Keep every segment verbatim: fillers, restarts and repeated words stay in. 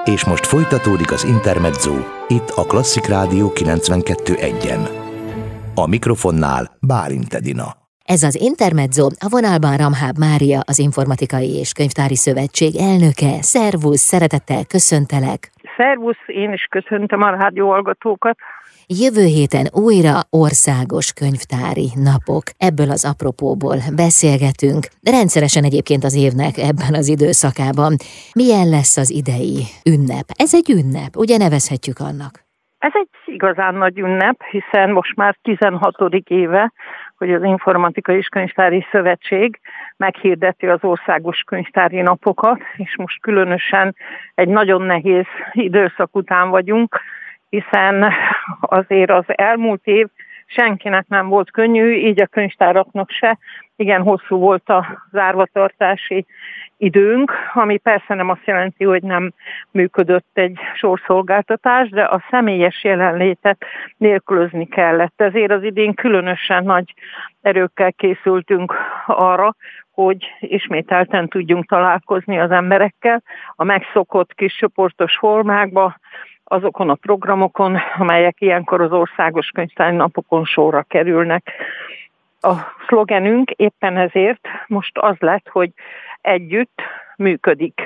És most folytatódik az Intermezzo, itt a Klasszik Rádió kilencvenkettő egyen. A mikrofonnál Bálint Edina. Ez az Intermezzo, a vonalban Ramháb Mária, az Informatikai és Könyvtári Szövetség elnöke. Szervusz, szeretettel köszöntelek! Szervusz, én is köszöntöm a rádióhallgatókat. Jövő héten újra országos könyvtári napok. Ebből az apropóból beszélgetünk. Rendszeresen egyébként az évnek ebben az időszakában. Milyen lesz az idei ünnep? Ez egy ünnep, ugye nevezhetjük annak? Ez egy igazán nagy ünnep, hiszen most már tizenhatodik éve, hogy az Informatikai és Könyvtári Szövetség meghirdeti az országos könyvtári napokat, és most különösen egy nagyon nehéz időszak után vagyunk, hiszen azért az elmúlt év senkinek nem volt könnyű, így a könyvtáraknak se. Igen, hosszú volt a zárvatartási időnk, ami persze nem azt jelenti, hogy nem működött egy sorszolgáltatás, de a személyes jelenlétet nélkülözni kellett. Ezért az idén különösen nagy erőkkel készültünk arra, hogy ismételten tudjunk találkozni az emberekkel a megszokott kis csoportos formákba, azokon a programokon, amelyek ilyenkor az országos könyvtári napokon sorra kerülnek. A szlogenünk éppen ezért most az lett, hogy együtt működik.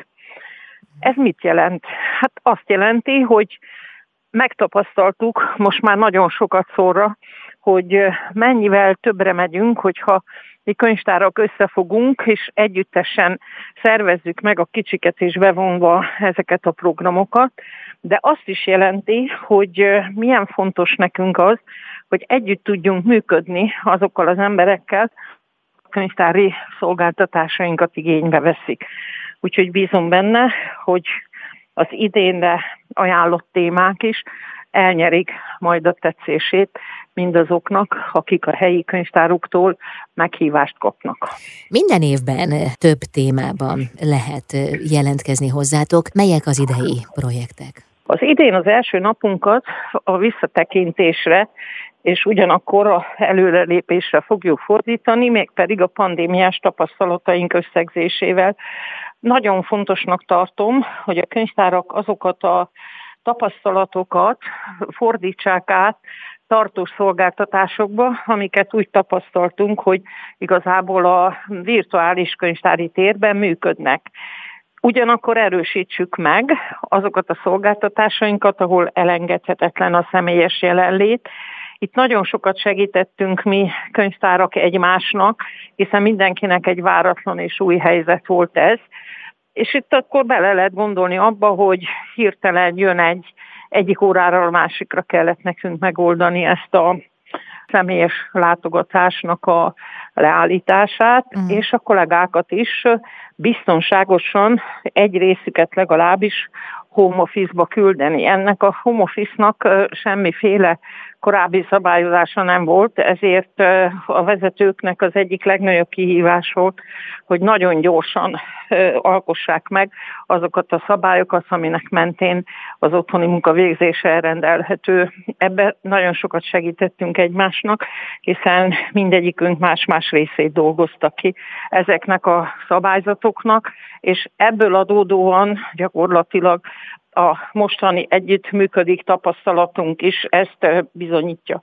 Ez mit jelent? Hát azt jelenti, hogy megtapasztaltuk most már nagyon sokat szóra, hogy mennyivel többre megyünk, hogyha mi könyvtárak összefogunk, és együttesen szervezzük meg a kicsiket és bevonva ezeket a programokat, de azt is jelenti, hogy milyen fontos nekünk az, hogy együtt tudjunk működni azokkal az emberekkel, könyvtári szolgáltatásainkat igénybe veszik. Úgyhogy bízom benne, hogy az idénre ajánlott témák is elnyerik majd a tetszését mindazoknak, akik a helyi könyvtáruktól meghívást kapnak. Minden évben több témában lehet jelentkezni hozzátok. Melyek az idei projektek? Az idén az első napunkat a visszatekintésre és ugyanakkor a előrelépésre fogjuk fordítani, mégpedig a pandémiás tapasztalataink összegzésével. Nagyon fontosnak tartom, hogy a könyvtárak azokat a tapasztalatokat fordítsák át tartós szolgáltatásokba, amiket úgy tapasztaltunk, hogy igazából a virtuális könyvtári térben működnek. Ugyanakkor erősítsük meg azokat a szolgáltatásainkat, ahol elengedhetetlen a személyes jelenlét. Itt nagyon sokat segítettünk mi könyvtárak egymásnak, hiszen mindenkinek egy váratlan és új helyzet volt ez. És itt akkor bele lehet gondolni abba, hogy hirtelen jön egy, egyik órára a másikra kellett nekünk megoldani ezt a személyes látogatásnak a leállítását, mm. és a kollégákat is biztonságosan egy részüket legalábbis home office-ba küldeni. Ennek a home office-nak semmiféle korábbi szabályozása nem volt, ezért a vezetőknek az egyik legnagyobb kihívás volt, hogy nagyon gyorsan alkossák meg azokat a szabályokat, aminek mentén az otthoni munka végzése elrendelhető. Ebben nagyon sokat segítettünk egymásnak, hiszen mindegyikünk más-más részét dolgozta ki ezeknek a szabályzatoknak, és ebből adódóan gyakorlatilag a mostani együttműködik tapasztalatunk is ezt bizonyítja.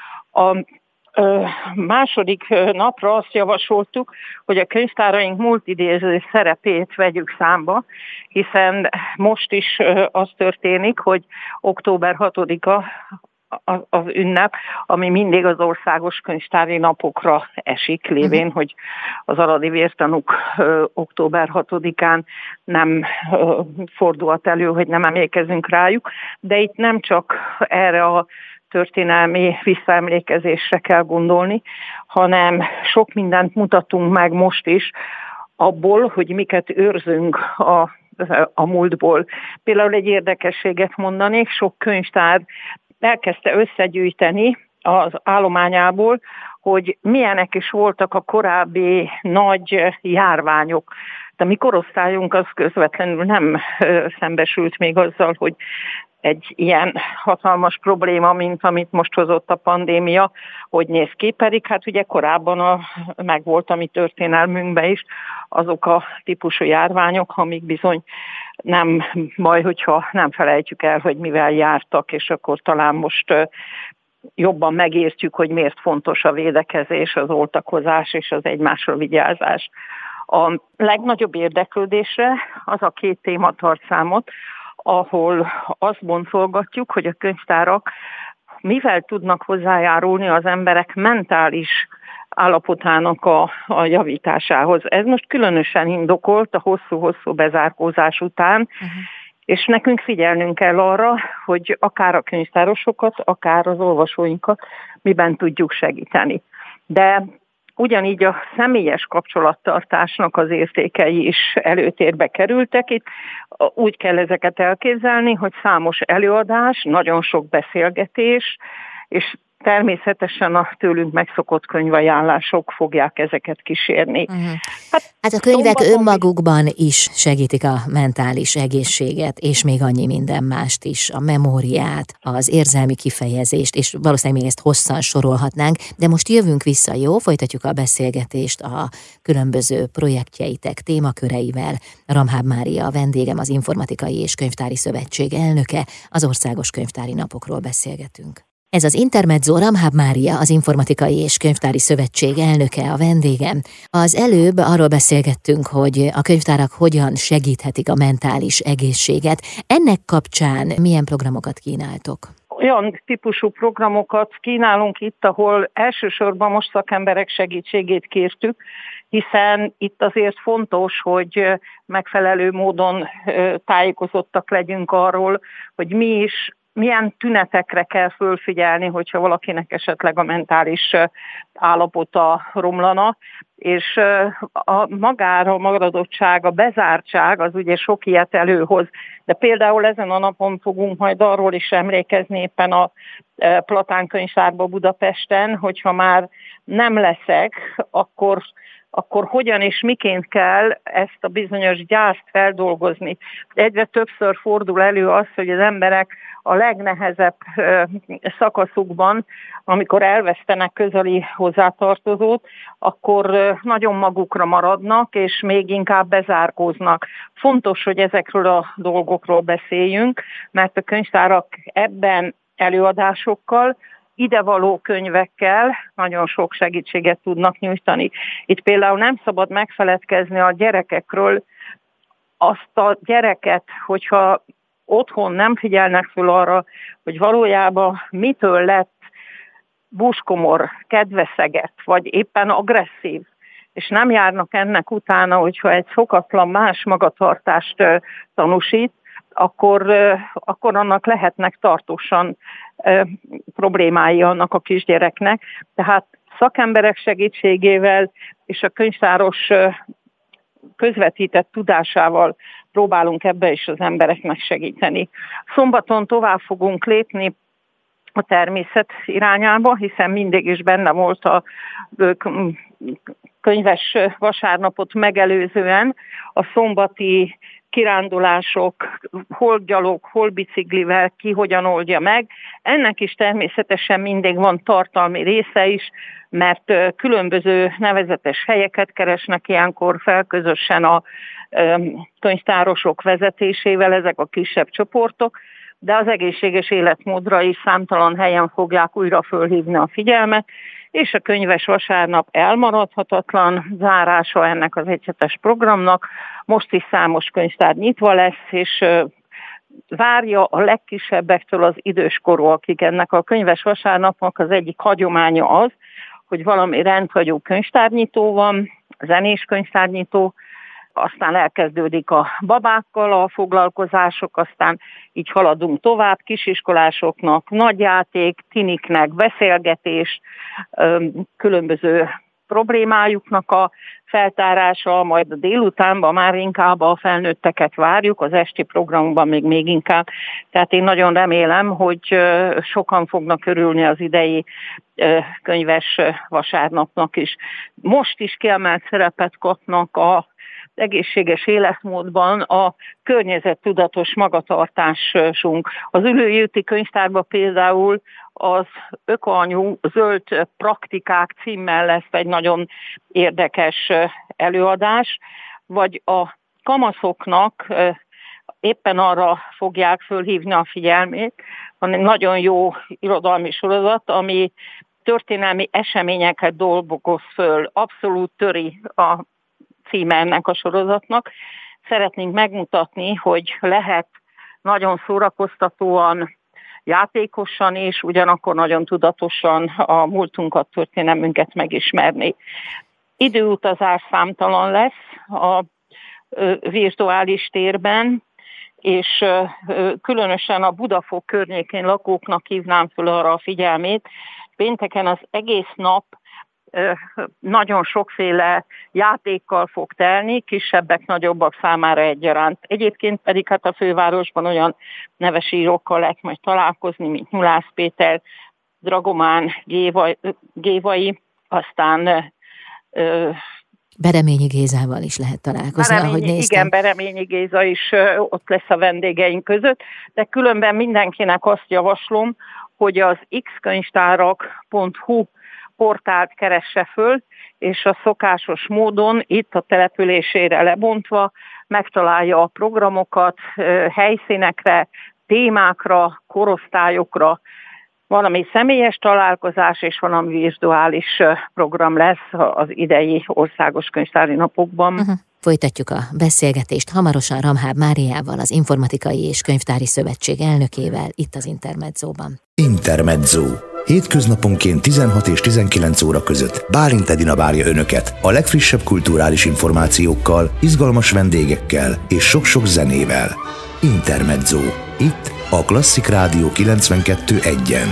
A második napra azt javasoltuk, hogy a könyvtáraink multidéző szerepét vegyük számba, hiszen most is az történik, hogy október hatodika az ünnep, ami mindig az országos könyvtári napokra esik, lévén, hogy az aradi vértanúk október hatodikán nem fordulhat elő, hogy nem emlékezünk rájuk, de itt nem csak erre a történelmi visszaemlékezésre kell gondolni, hanem sok mindent mutatunk meg most is abból, hogy miket őrzünk a, a múltból. Például egy érdekességet mondanék, sok könyvtár elkezdte összegyűjteni az állományából, hogy milyenek is voltak a korábbi nagy járványok. De mi korosztályunk az közvetlenül nem szembesült még azzal, hogy egy ilyen hatalmas probléma, mint amit most hozott a pandémia, hogy néz ki, pedig hát ugye korábban a, megvolt a mi történelmünkben is azok a típusú járványok, amik bizony nem baj, hogyha nem felejtjük el, hogy mivel jártak, és akkor talán most jobban megértjük, hogy miért fontos a védekezés, az oltakozás és az egymásra vigyázás. A legnagyobb érdeklődésre az a két téma tart számot, ahol azt boncolgatjuk, hogy a könyvtárak mivel tudnak hozzájárulni az emberek mentális állapotának a, a javításához. Ez most különösen indokolt a hosszú-hosszú bezárkózás után, uh-huh. és nekünk figyelnünk kell arra, hogy akár a könyvtárosokat, akár az olvasóinkat miben tudjuk segíteni. De ugyanígy a személyes kapcsolattartásnak az értékei is előtérbe kerültek. Itt úgy kell ezeket elképzelni, hogy számos előadás, nagyon sok beszélgetés, és természetesen a tőlünk megszokott könyvajánlások fogják ezeket kísérni. Uh-huh. Hát, hát a könyvek önmagukban is segítik a mentális egészséget, és még annyi minden mást is, a memóriát, az érzelmi kifejezést, és valószínűleg még ezt hosszan sorolhatnánk, de most jövünk vissza, jó? Folytatjuk a beszélgetést a különböző projektjeitek témaköreivel. Ramháb Mária a vendégem, az Informatikai és Könyvtári Szövetség elnöke, az Országos Könyvtári Napokról beszélgetünk. Ez az Intermezzo, Ramháb Mária, az Informatikai és Könyvtári Szövetség elnöke a vendégem. Az előbb arról beszélgettünk, hogy a könyvtárak hogyan segíthetik a mentális egészséget. Ennek kapcsán milyen programokat kínáltok? Olyan típusú programokat kínálunk itt, ahol elsősorban most szakemberek segítségét kértük, hiszen itt azért fontos, hogy megfelelő módon tájékozottak legyünk arról, hogy mi is milyen tünetekre kell fölfigyelni, hogyha valakinek esetleg a mentális állapota romlana, és a magára a magadottság, a bezártság az ugye sok ilyet előhoz. De például ezen a napon fogunk majd arról is emlékezni éppen a Platán könyvtárba Budapesten, hogyha már nem leszek, akkor akkor hogyan és miként kell ezt a bizonyos gyászt feldolgozni. Egyre többször fordul elő az, hogy az emberek a legnehezebb szakaszukban, amikor elvesztenek közeli hozzátartozót, akkor nagyon magukra maradnak, és még inkább bezárkóznak. Fontos, hogy ezekről a dolgokról beszéljünk, mert a könyvtárak ebben előadásokkal, idevaló könyvekkel nagyon sok segítséget tudnak nyújtani. Itt például nem szabad megfeledkezni a gyerekekről, azt a gyereket, hogyha otthon nem figyelnek föl arra, hogy valójában mitől lett búskomor, kedveszeget, vagy éppen agresszív, és nem járnak ennek utána, hogyha egy szokatlan más magatartást tanúsít, akkor, akkor annak lehetnek tartósan problémái annak a kisgyereknek. Tehát szakemberek segítségével és a könyvtáros közvetített tudásával próbálunk ebbe is az embereknek segíteni. Szombaton tovább fogunk lépni a természet irányába, hiszen mindig is benne volt a könyves vasárnapot megelőzően a szombati kirándulások, hol gyalog, hol biciklivel, ki hogyan oldja meg. Ennek is természetesen mindig van tartalmi része is, mert különböző nevezetes helyeket keresnek ilyenkor fel közösen a könyvtárosok vezetésével ezek a kisebb csoportok, de az egészséges életmódra is számtalan helyen fogják újra fölhívni a figyelmet, és a könyves vasárnap elmaradhatatlan zárása ennek az egyhetes programnak. Most is számos könyvtár nyitva lesz, és várja a legkisebbektől az időskorúakig. Ennek a könyves vasárnapnak az egyik hagyománya az, hogy valami rendhagyó könyvtárnyitó van, zenés könyvtárnyitó, aztán elkezdődik a babákkal a foglalkozások, aztán így haladunk tovább, kisiskolásoknak nagyjáték, tiniknek beszélgetés, különböző problémájuknak a feltárása, majd a délutánban már inkább a felnőtteket várjuk, az esti programban még, még inkább. Tehát én nagyon remélem, hogy sokan fognak örülni az idei könyves vasárnapnak is. Most is kiemelt szerepet kapnak a egészséges életmódban a környezettudatos magatartásunk. Az Üllői úti könyvtárban például az Ökoanyu zöld praktikák címmel lesz egy nagyon érdekes előadás, vagy a kamaszoknak éppen arra fogják fölhívni a figyelmét. Van egy nagyon jó irodalmi sorozat, ami történelmi eseményeket dolgoz föl, abszolút töri a címe ennek a sorozatnak. Szeretnénk megmutatni, hogy lehet nagyon szórakoztatóan, játékosan és ugyanakkor nagyon tudatosan a múltunkat, történelmünket megismerni. Időutazás számtalan lesz a virtuális térben, és különösen a Budafok környékén lakóknak hívnám föl arra a figyelmét. Pénteken az egész nap nagyon sokféle játékkal fog telni, kisebbek, nagyobbak számára egyaránt. Egyébként pedig hát a fővárosban olyan neves írókkal lehet majd találkozni, mint Nyulász Péter, Dragomán, Gévai, Gévai aztán Bereményi Gézával is lehet találkozni, Bereményi, ahogy néztem. Igen, Bereményi Géza is ott lesz a vendégeink között, de különben mindenkinek azt javaslom, hogy az x könyvtárak pont hu portált keresse föl, és a szokásos módon itt a településére lebontva megtalálja a programokat helyszínekre, témákra, korosztályokra. Valami személyes találkozás és valami virtuális program lesz az idei országos könyvtári napokban. Uh-huh. Folytatjuk a beszélgetést hamarosan Ramháb Máriával, az Informatikai és Könyvtári Szövetség elnökével itt az Intermedzóban. Intermezzo. Hétköznaponként tizenhat és tizenkilenc óra között Bálint Edina várja Önöket a legfrissebb kulturális információkkal, izgalmas vendégekkel és sok-sok zenével. Intermezzo. Itt a Klasszik Rádió kilencvenkettő egyen.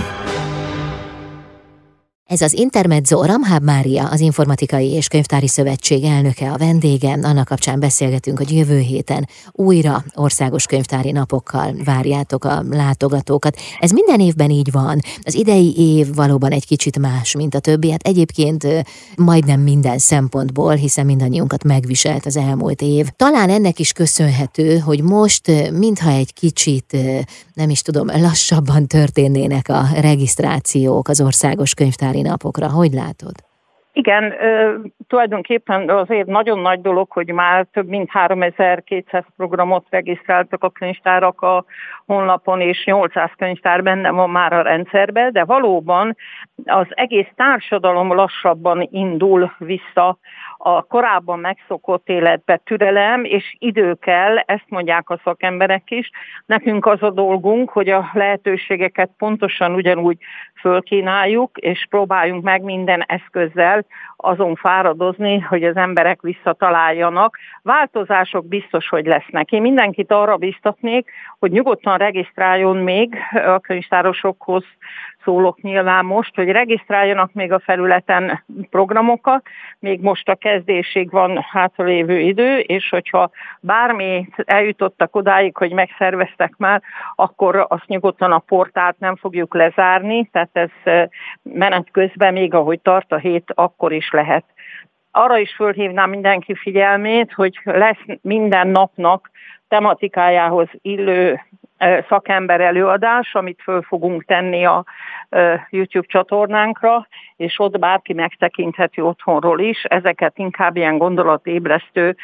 Ez az Intermezzo, Ramháb Mária, az Informatikai és Könyvtári Szövetség elnöke a vendégem. Annak kapcsán beszélgetünk, hogy jövő héten újra országos könyvtári napokkal várjátok a látogatókat. Ez minden évben így van. Az idei év valóban egy kicsit más, mint a többi. Hát egyébként majdnem minden szempontból, hiszen mindannyiunkat megviselt az elmúlt év. Talán ennek is köszönhető, hogy most mintha egy kicsit, nem is tudom, lassabban történnének a regisztrációk az országos könyvtári napokra. Hogy látod? Igen, tulajdonképpen azért nagyon nagy dolog, hogy már több mint háromezer-kétszáz programot regisztráltak a könyvtárak a honlapon, és nyolcszáz könyvtár benne van már a rendszerben, de valóban az egész társadalom lassabban indul vissza a korábban megszokott életbe. Türelem és idő kell, ezt mondják a szakemberek is. Nekünk az a dolgunk, hogy a lehetőségeket pontosan ugyanúgy fölkínáljuk, és próbáljunk meg minden eszközzel azon fáradozni, hogy az emberek visszataláljanak. Változások biztos, hogy lesznek. Én mindenkit arra biztatnék, hogy nyugodtan regisztráljon még, a könyvtárosokhoz szólok nyilván most, hogy regisztráljanak még a felületen programokat, még most a kezdésig van hátralévő idő, és hogyha bármi eljutottak odáig, hogy megszerveztek már, akkor azt nyugodtan a portált nem fogjuk lezárni, tehát ez menet közben, még ahogy tart a hét, akkor is lehet. Arra is fölhívnám mindenki figyelmét, hogy lesz minden napnak tematikájához illő szakember előadás, amit föl fogunk tenni a YouTube csatornánkra, és ott bárki megtekintheti otthonról is. Ezeket inkább ilyen gondolatébresztő,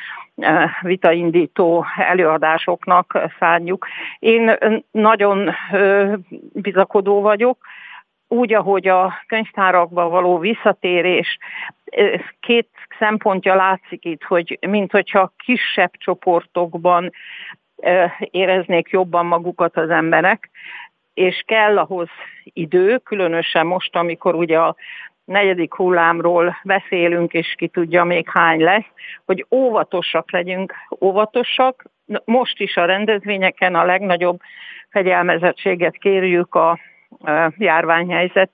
vitaindító előadásoknak szánjuk. Én nagyon bizakodó vagyok, úgy, ahogy a könyvtárakba való visszatérés, két szempontja látszik itt, hogy mint hogyha kisebb csoportokban éreznék jobban magukat az emberek, és kell ahhoz idő, különösen most, amikor ugye a negyedik hullámról beszélünk, és ki tudja még hány lesz, hogy óvatosak legyünk, óvatosak. Most is a rendezvényeken a legnagyobb fegyelmezettséget kérjük a járványhelyzet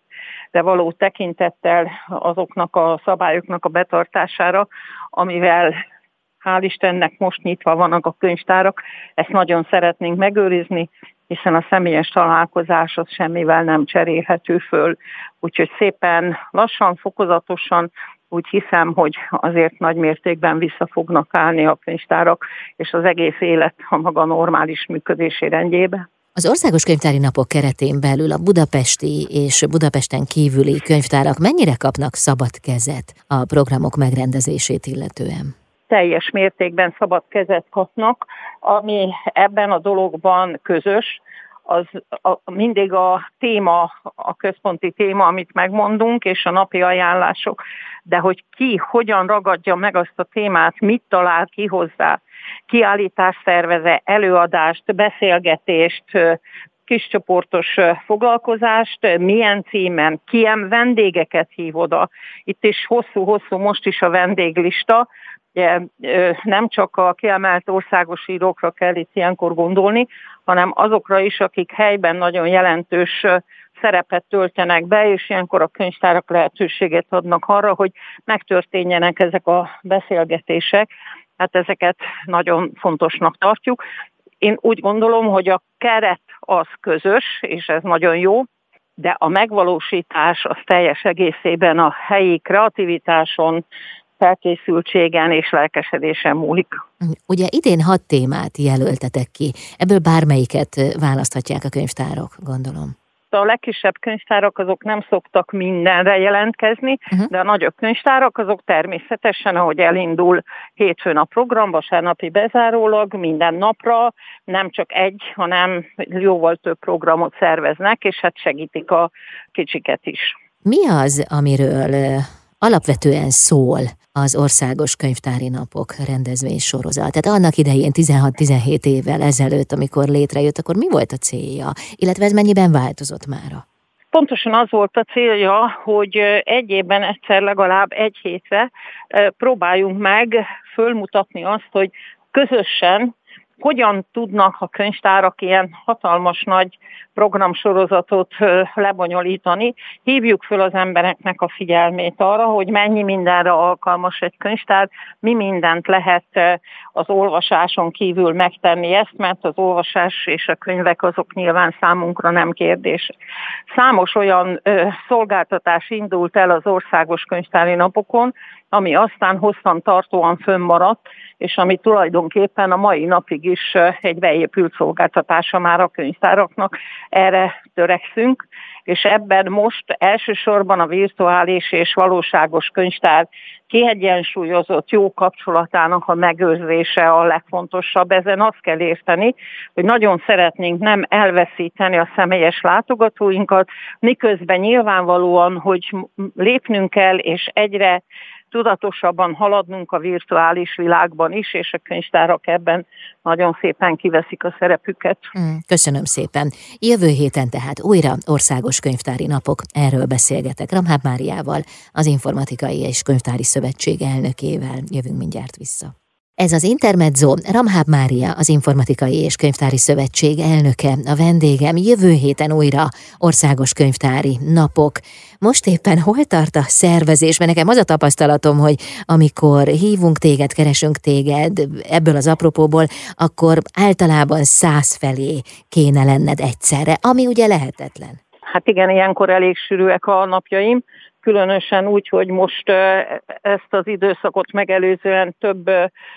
de való tekintettel azoknak a szabályoknak a betartására, amivel hál' Istennek most nyitva vannak a könyvtárak, ezt nagyon szeretnénk megőrizni, hiszen a személyes találkozás az semmivel nem cserélhető föl. Úgyhogy szépen lassan, fokozatosan úgy hiszem, hogy azért nagy mértékben vissza fognak állni a könyvtárak, és az egész élet a maga normális működési rendjébe. Az Országos Könyvtári Napok keretén belül a budapesti és Budapesten kívüli könyvtárak mennyire kapnak szabad kezet a programok megrendezését illetően? Teljes mértékben szabad kezet kapnak, ami ebben a dologban közös, az a, mindig a téma, a központi téma, amit megmondunk, és a napi ajánlások, de hogy ki hogyan ragadja meg azt a témát, mit talál ki hozzá, kiállítást szervez-e, előadást, beszélgetést, kiscsoportos foglalkozást, milyen címen, milyen vendégeket hív oda. Itt is hosszú-hosszú most is a vendéglista, ugye, nem csak a kiemelt országos írókra kell itt ilyenkor gondolni, hanem azokra is, akik helyben nagyon jelentős szerepet töltenek be, és ilyenkor a könyvtárak lehetőséget adnak arra, hogy megtörténjenek ezek a beszélgetések. Hát ezeket nagyon fontosnak tartjuk. Én úgy gondolom, hogy a keret az közös, és ez nagyon jó, de a megvalósítás az teljes egészében a helyi kreativitáson, felkészültségen és lelkesedésen múlik. Ugye idén hat témát jelöltetek ki, ebből bármelyiket választhatják a könyvtárok, gondolom. A legkisebb könyvtárak azok nem szoktak mindenre jelentkezni, uh-huh. de a nagyobb könyvtárak azok természetesen, ahogy elindul hétfőn a program, vasárnapi bezárólag, minden napra nem csak egy, hanem jóval több programot szerveznek, és hát segítik a kicsiket is. Mi az, amiről alapvetően szól az Országos Könyvtári Napok rendezvénysorozat? Tehát annak idején tizenhat-tizenhét évvel ezelőtt, amikor létrejött, akkor mi volt a célja? Illetve ez mennyiben változott mára? Pontosan az volt a célja, hogy egy évben egyszer legalább egy hétre próbáljunk meg fölmutatni azt, hogy közösen hogyan tudnak a könyvtárak ilyen hatalmas nagy programsorozatot lebonyolítani. Hívjuk föl az embereknek a figyelmét arra, hogy mennyi mindenre alkalmas egy könyvtár, mi mindent lehet az olvasáson kívül megtenni ezt, mert az olvasás és a könyvek azok nyilván számunkra nem kérdés. Számos olyan ö, szolgáltatás indult el az Országos Könyvtári Napokon, ami aztán hosszan tartóan fönnmaradt, és ami tulajdonképpen a mai napig is egy beépült szolgáltatása már a könyvtáraknak. Erre törekszünk, és ebben most elsősorban a virtuális és valóságos könyvtár kiegyensúlyozott jó kapcsolatának a megőrzése a legfontosabb. Ezen azt kell érteni, hogy nagyon szeretnénk nem elveszíteni a személyes látogatóinkat, miközben nyilvánvalóan, hogy lépnünk kell, és egyre tudatosabban haladnunk a virtuális világban is, és a könyvtárak ebben nagyon szépen kiveszik a szerepüket. Köszönöm szépen. Jövő héten tehát újra Országos Könyvtári Napok. Erről beszélgetek Ramháb Máriával, az Informatikai és Könyvtári Szövetség elnökével. Jövünk mindjárt vissza. Ez az Intermezzo, Ramháb Mária, az Informatikai és Könyvtári Szövetség elnöke, a vendégem. Jövő héten újra Országos Könyvtári Napok. Most éppen hol tart a szervezés? Mert nekem az a tapasztalatom, hogy amikor hívunk téged, keresünk téged ebből az apropóból, akkor általában száz felé kéne lenned egyszerre, ami ugye lehetetlen. Hát igen, ilyenkor elég sűrűek a napjaim. Különösen úgy, hogy most ezt az időszakot megelőzően több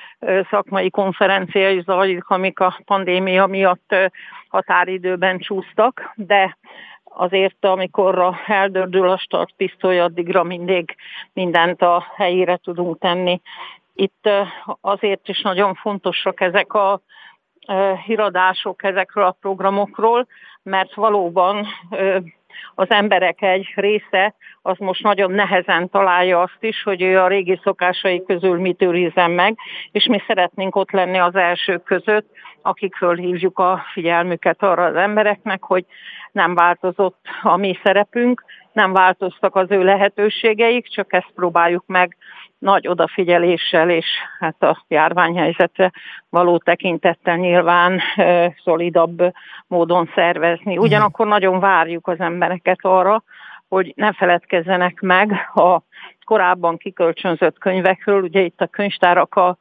szakmai konferencia is zajlik, amik a pandémia miatt határidőben csúsztak, de azért, amikor eldördül a startpisztoly, addigra mindig mindent a helyére tudunk tenni. Itt azért is nagyon fontosak ezek a híradások ezekről a programokról, mert valóban az emberek egy része az most nagyon nehezen találja azt is, hogy ő a régi szokásai közül mit őrizzen meg, és mi szeretnénk ott lenni az elsők között, akik fölhívjuk a figyelmüket arra az embereknek, hogy nem változott a mi szerepünk, nem változtak az ő lehetőségeik, csak ezt próbáljuk meg nagy odafigyeléssel és hát a járványhelyzetre való tekintettel nyilván e, szolidabb módon szervezni. Ugyanakkor nagyon várjuk az embereket arra, hogy ne feledkezzenek meg a korábban kikölcsönzött könyvekről. Ugye itt a könyvtárak a,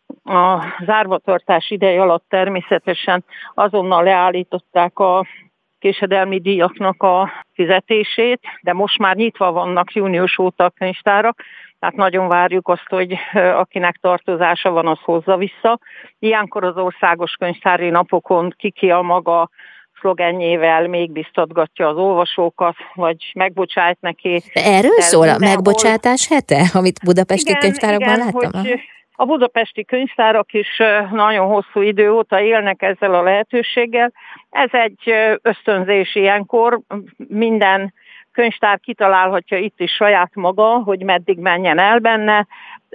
a zárvatartás ideje alatt természetesen azonnal leállították a késedelmi díjaknak a fizetését, de most már nyitva vannak június óta a könyvtárak, tehát nagyon várjuk azt, hogy akinek tartozása van, az hozza vissza. Ilyenkor az országos könyvtári napokon kiki a maga szlogenjével még biztatgatja az olvasókat, vagy megbocsájt neki. Erről szól a megbocsátás hete, amit budapesti igen, könyvtárakban igen, láttam? Hogy a budapesti könyvtárak is nagyon hosszú idő óta élnek ezzel a lehetőséggel. Ez egy ösztönzés ilyenkor, minden könyvtár kitalálhatja itt is saját maga, hogy meddig menjen el benne.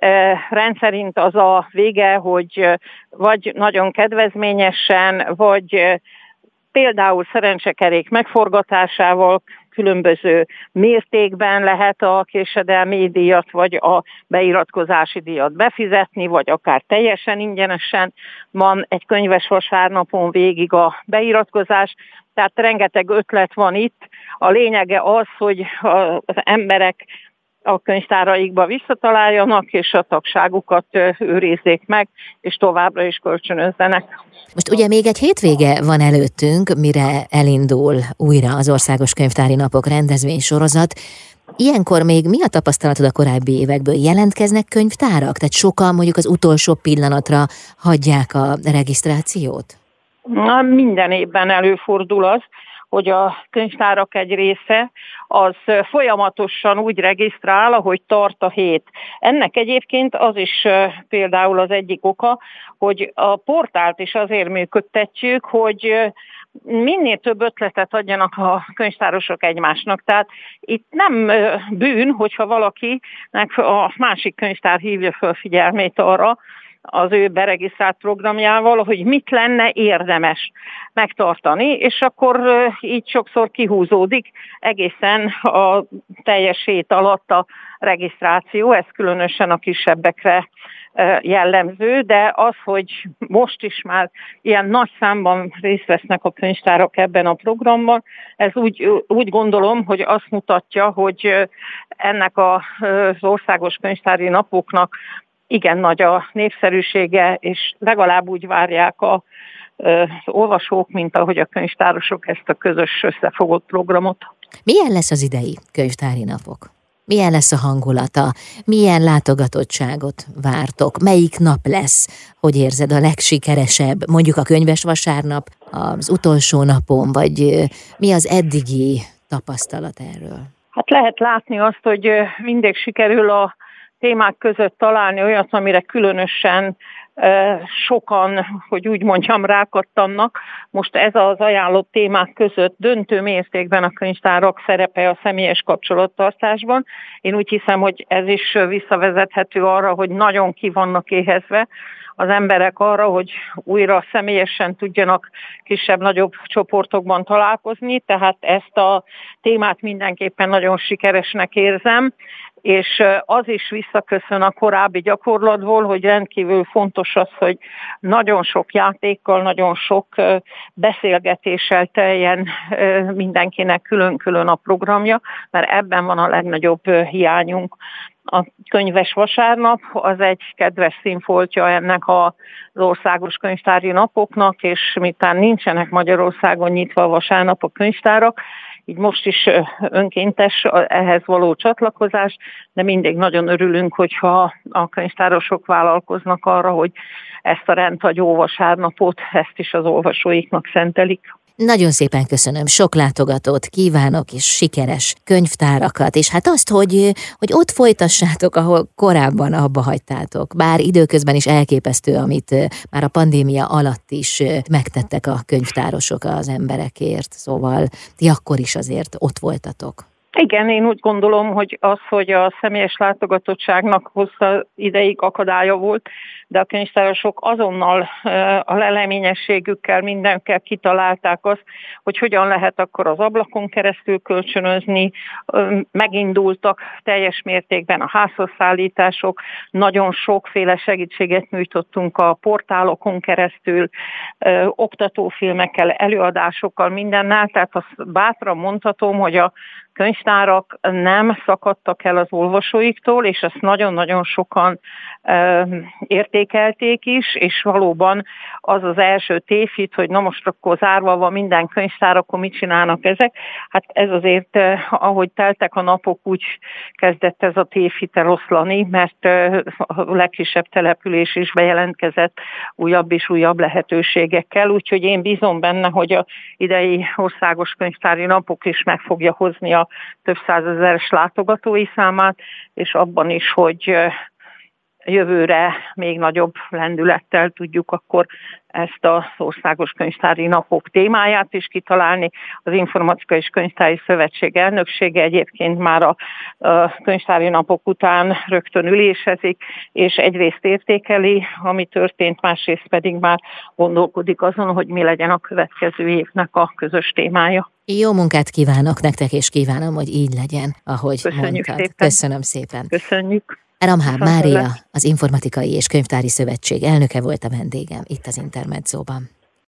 Rendszerint az a vége, hogy vagy nagyon kedvezményesen, vagy például szerencsekerék megforgatásával különböző mértékben lehet a késedelmi díjat, vagy a beiratkozási díjat befizetni, vagy akár teljesen ingyenesen van egy könyves vasárnapon végig a beiratkozás. Tehát rengeteg ötlet van itt. A lényege az, hogy az emberek a könyvtáraikba visszataláljanak, és a tagságukat őrizzék meg, és továbbra is kölcsönözzenek. Most ugye még egy hétvége van előttünk, mire elindul újra az Országos Könyvtári Napok rendezvénysorozat. Ilyenkor még mi a tapasztalatod a korábbi évekből? Jelentkeznek könyvtárak? Tehát sokan mondjuk az utolsó pillanatra hagyják a regisztrációt? Na, minden évben előfordul az, hogy a könyvtárak egy része az folyamatosan úgy regisztrál, ahogy tart a hét. Ennek egyébként az is például az egyik oka, hogy a portált is azért működtetjük, hogy minél több ötletet adjanak a könyvtárosok egymásnak. Tehát itt nem bűn, hogyha valakinek a másik könyvtár hívja fel figyelmét arra, az ő beregisztrált programjával, hogy mit lenne érdemes megtartani, és akkor így sokszor kihúzódik egészen a teljes hét alatt a regisztráció, ez különösen a kisebbekre jellemző, de az, hogy most is már ilyen nagy számban részt vesznek a könyvtárak ebben a programban, ez úgy, úgy gondolom, hogy azt mutatja, hogy ennek az országos könyvtári napoknak igen nagy a népszerűsége, és legalább úgy várják a, az olvasók, mint ahogy a könyvtárosok ezt a közös összefogott programot. Milyen lesz az idei könyvtári napok? Milyen lesz a hangulata? Milyen látogatottságot vártok? Melyik nap lesz, hogy érzed, a legsikeresebb? Mondjuk a könyves vasárnap, az utolsó napon, vagy mi az eddigi tapasztalat erről? Hát lehet látni azt, hogy mindig sikerül a témák között találni olyat, amire különösen e, sokan, hogy úgy mondjam, rákattannak. Most ez az ajánlott témák között döntő mértékben a könyvtárak szerepe a személyes kapcsolattartásban. Én úgy hiszem, hogy ez is visszavezethető arra, hogy nagyon ki vannak éhezve az emberek arra, hogy újra személyesen tudjanak kisebb-nagyobb csoportokban találkozni, tehát ezt a témát mindenképpen nagyon sikeresnek érzem, és az is visszaköszön a korábbi gyakorlatból, hogy rendkívül fontos az, hogy nagyon sok játékkal, nagyon sok beszélgetéssel teljen mindenkinek külön-külön a programja, mert ebben van a legnagyobb hiányunk. A könyves vasárnap az egy kedves színfoltja ennek az országos könyvtári napoknak, és miután nincsenek Magyarországon nyitva a vasárnap a könyvtárak, így most is önkéntes ehhez való csatlakozás, de mindig nagyon örülünk, hogyha a könyvtárosok vállalkoznak arra, hogy ezt a rendhagyó vasárnapot, ezt is az olvasóiknak szentelik. Nagyon szépen köszönöm, sok látogatót kívánok, és sikeres könyvtárakat, és hát azt, hogy, hogy ott folytassátok, ahol korábban abba hagytátok. Bár időközben is elképesztő, amit már a pandémia alatt is megtettek a könyvtárosok az emberekért, szóval ti akkor is azért ott voltatok. Igen, én úgy gondolom, hogy az, hogy a személyes látogatottságnak hosszú ideig akadálya volt, de a könyvtárosok azonnal a leleményességükkel, mindenkel kitalálták azt, hogy hogyan lehet akkor az ablakon keresztül kölcsönözni. Megindultak teljes mértékben a házhoz szállítások, nagyon sokféle segítséget nyújtottunk a portálokon keresztül, oktatófilmekkel, előadásokkal, mindennel, tehát azt bátran mondhatom, hogy a könyvtár könyvtárak nem szakadtak el az olvasóiktól, és ezt nagyon-nagyon sokan ö, értékelték is, és valóban az az első tévhit, hogy na most akkor zárva van minden könyvtár, akkor mit csinálnak ezek? Hát ez azért, eh, ahogy teltek a napok, úgy kezdett ez a tévhit eloszlani, mert eh, a legkisebb település is bejelentkezett újabb és újabb lehetőségekkel, úgyhogy én bízom benne, hogy a idei országos könyvtári napok is meg fogja hozni a több százezeres látogatói számát, és abban is, hogy eh, jövőre még nagyobb lendülettel tudjuk akkor ezt az országos könyvtári napok témáját is kitalálni. Az Informatikai és Könyvtári Szövetség elnöksége egyébként már a, a könyvtári napok után rögtön ülésezik, és egyrészt értékeli, ami történt, másrészt pedig már gondolkodik azon, hogy mi legyen a következő évnek a közös témája. Jó munkát kívánok nektek, és kívánom, hogy így legyen, ahogy Köszönjük mondtad. Szépen. Köszönöm szépen. Köszönjük. Ramháb Mária, az Informatikai és Könyvtári Szövetség elnöke volt a vendégem itt az Intermedzóban.